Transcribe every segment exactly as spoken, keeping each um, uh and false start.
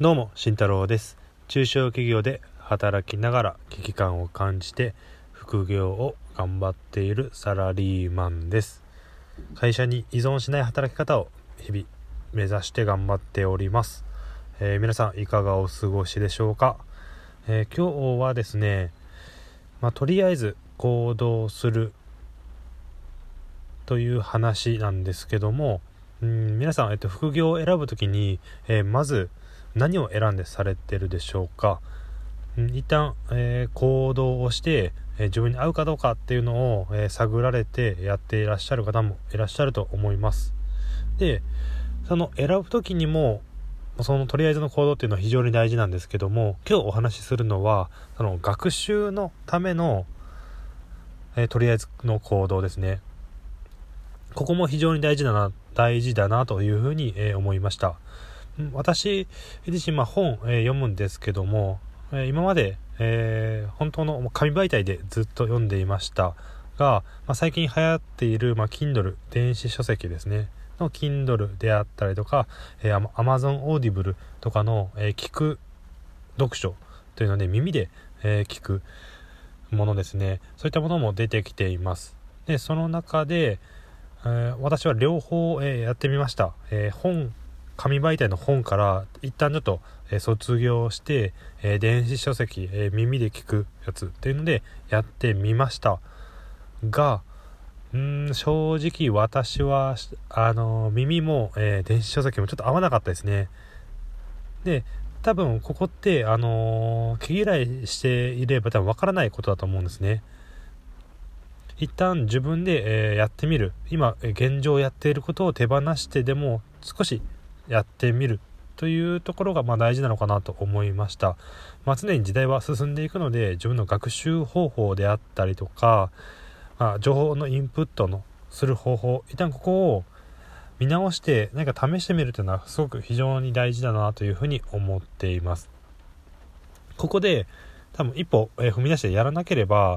どうも慎太郎です。中小企業で働きながら危機感を感じて副業を頑張っているサラリーマンです。会社に依存しない働き方を日々目指して頑張っております。えー、皆さんいかがお過ごしでしょうか。えー、今日はですね、まあ、とりあえず行動するという話なんですけども、うん皆さん、えっと、副業を選ぶときに、えー、まず何を選んでされてるでしょうか。うん一旦、えー、行動をして、えー、自分に合うかどうかっていうのを、えー、探られてやっていらっしゃる方もいらっしゃると思います。で、その選ぶときにもそのとりあえずの行動っていうのは非常に大事なんですけども、今日お話しするのはその学習のための、えー、とりあえずの行動ですね。ここも非常に大事だな大事だなというふうに、えー、思いました。私自身、まあ、本、えー、読むんですけども、えー、今まで、えー、本当の紙媒体でずっと読んでいましたが、まあ、最近流行っている、まあ、Kindle 電子書籍ですねの Kindle であったりとか、えー、Amazon Audible とかの、えー、聞く読書というので耳で、えー、聞くものですね。そういったものも出てきています。でその中で、えー、私は両方、えー、やってみました。えー、本紙媒体の本から一旦ちょっと、えー、卒業して、えー、電子書籍、えー、耳で聞くやつっていうのでやってみましたが、うーん正直私はあのー、耳も、えー、電子書籍もちょっと合わなかったですね。で多分ここってあのー、毛嫌いしていれば多分わからないことだと思うんですね。一旦自分で、えー、やってみる、今現状やっていることを手放してでも少しやってみるというところがまあ大事なのかなと思いました。まあ、常に時代は進んでいくので自分の学習方法であったりとか、まあ、情報のインプットのする方法、一旦ここを見直して何か試してみるというのはすごく非常に大事だなというふうに思っています。ここで多分一歩、えー、踏み出してやらなければ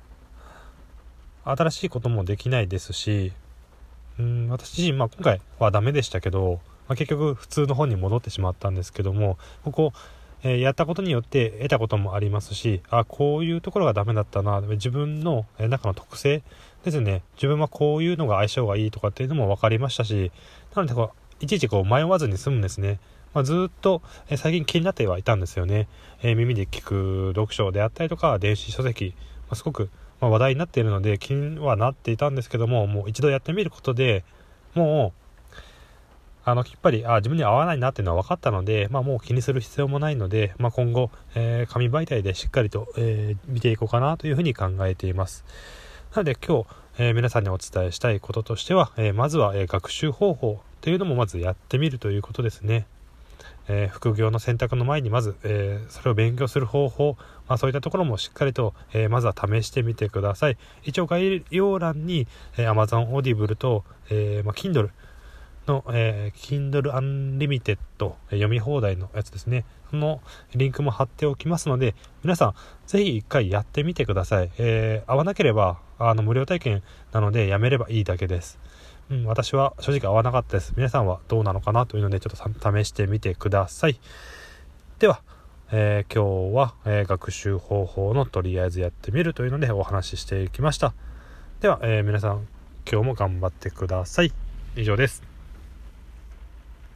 新しいこともできないですし、うーん私自身、まあ、今回はダメでしたけど、まあ、結局普通の本に戻ってしまったんですけども、ここ、えー、やったことによって得たこともありますし、あこういうところがダメだったな、自分の中の特性ですね、自分はこういうのが相性がいいとかっていうのも分かりましたし、なのでこういちいちこう迷わずに済むんですね。まあ、ずっと、えー、最近気になってはいたんですよね。えー、耳で聞く読書であったりとか電子書籍、まあ、すごくまあ、話題になっているので気にはなっていたんですけども、もう一度やってみることでもうあのきっぱりあ自分には合わないなっていうのは分かったので、まあ、もう気にする必要もないので、まあ、今後、えー、紙媒体でしっかりと、えー、見ていこうかなというふうに考えています。なので今日、えー、皆さんにお伝えしたいこととしては、えー、まずは、えー、学習方法というのもまずやってみるということですね。えー、副業の選択の前にまず、えー、それを勉強する方法、まあ、そういったところもしっかりと、えー、まずは試してみてください。一応概要欄に、えー、Amazon Audible と、えーまあ、Kindle の、えー、Kindle Unlimited 読み放題のやつですね、そのリンクも貼っておきますので、皆さんぜひ一回やってみてください。えー、合わなければあの無料体験なのでやめればいいだけです。うん、私は正直合わなかったです。皆さんはどうなのかなというのでちょっと試してみてください。では、えー、今日は、えー、学習方法のとりあえずやってみるというのでお話ししていきました。では、えー、皆さん今日も頑張ってください。以上です。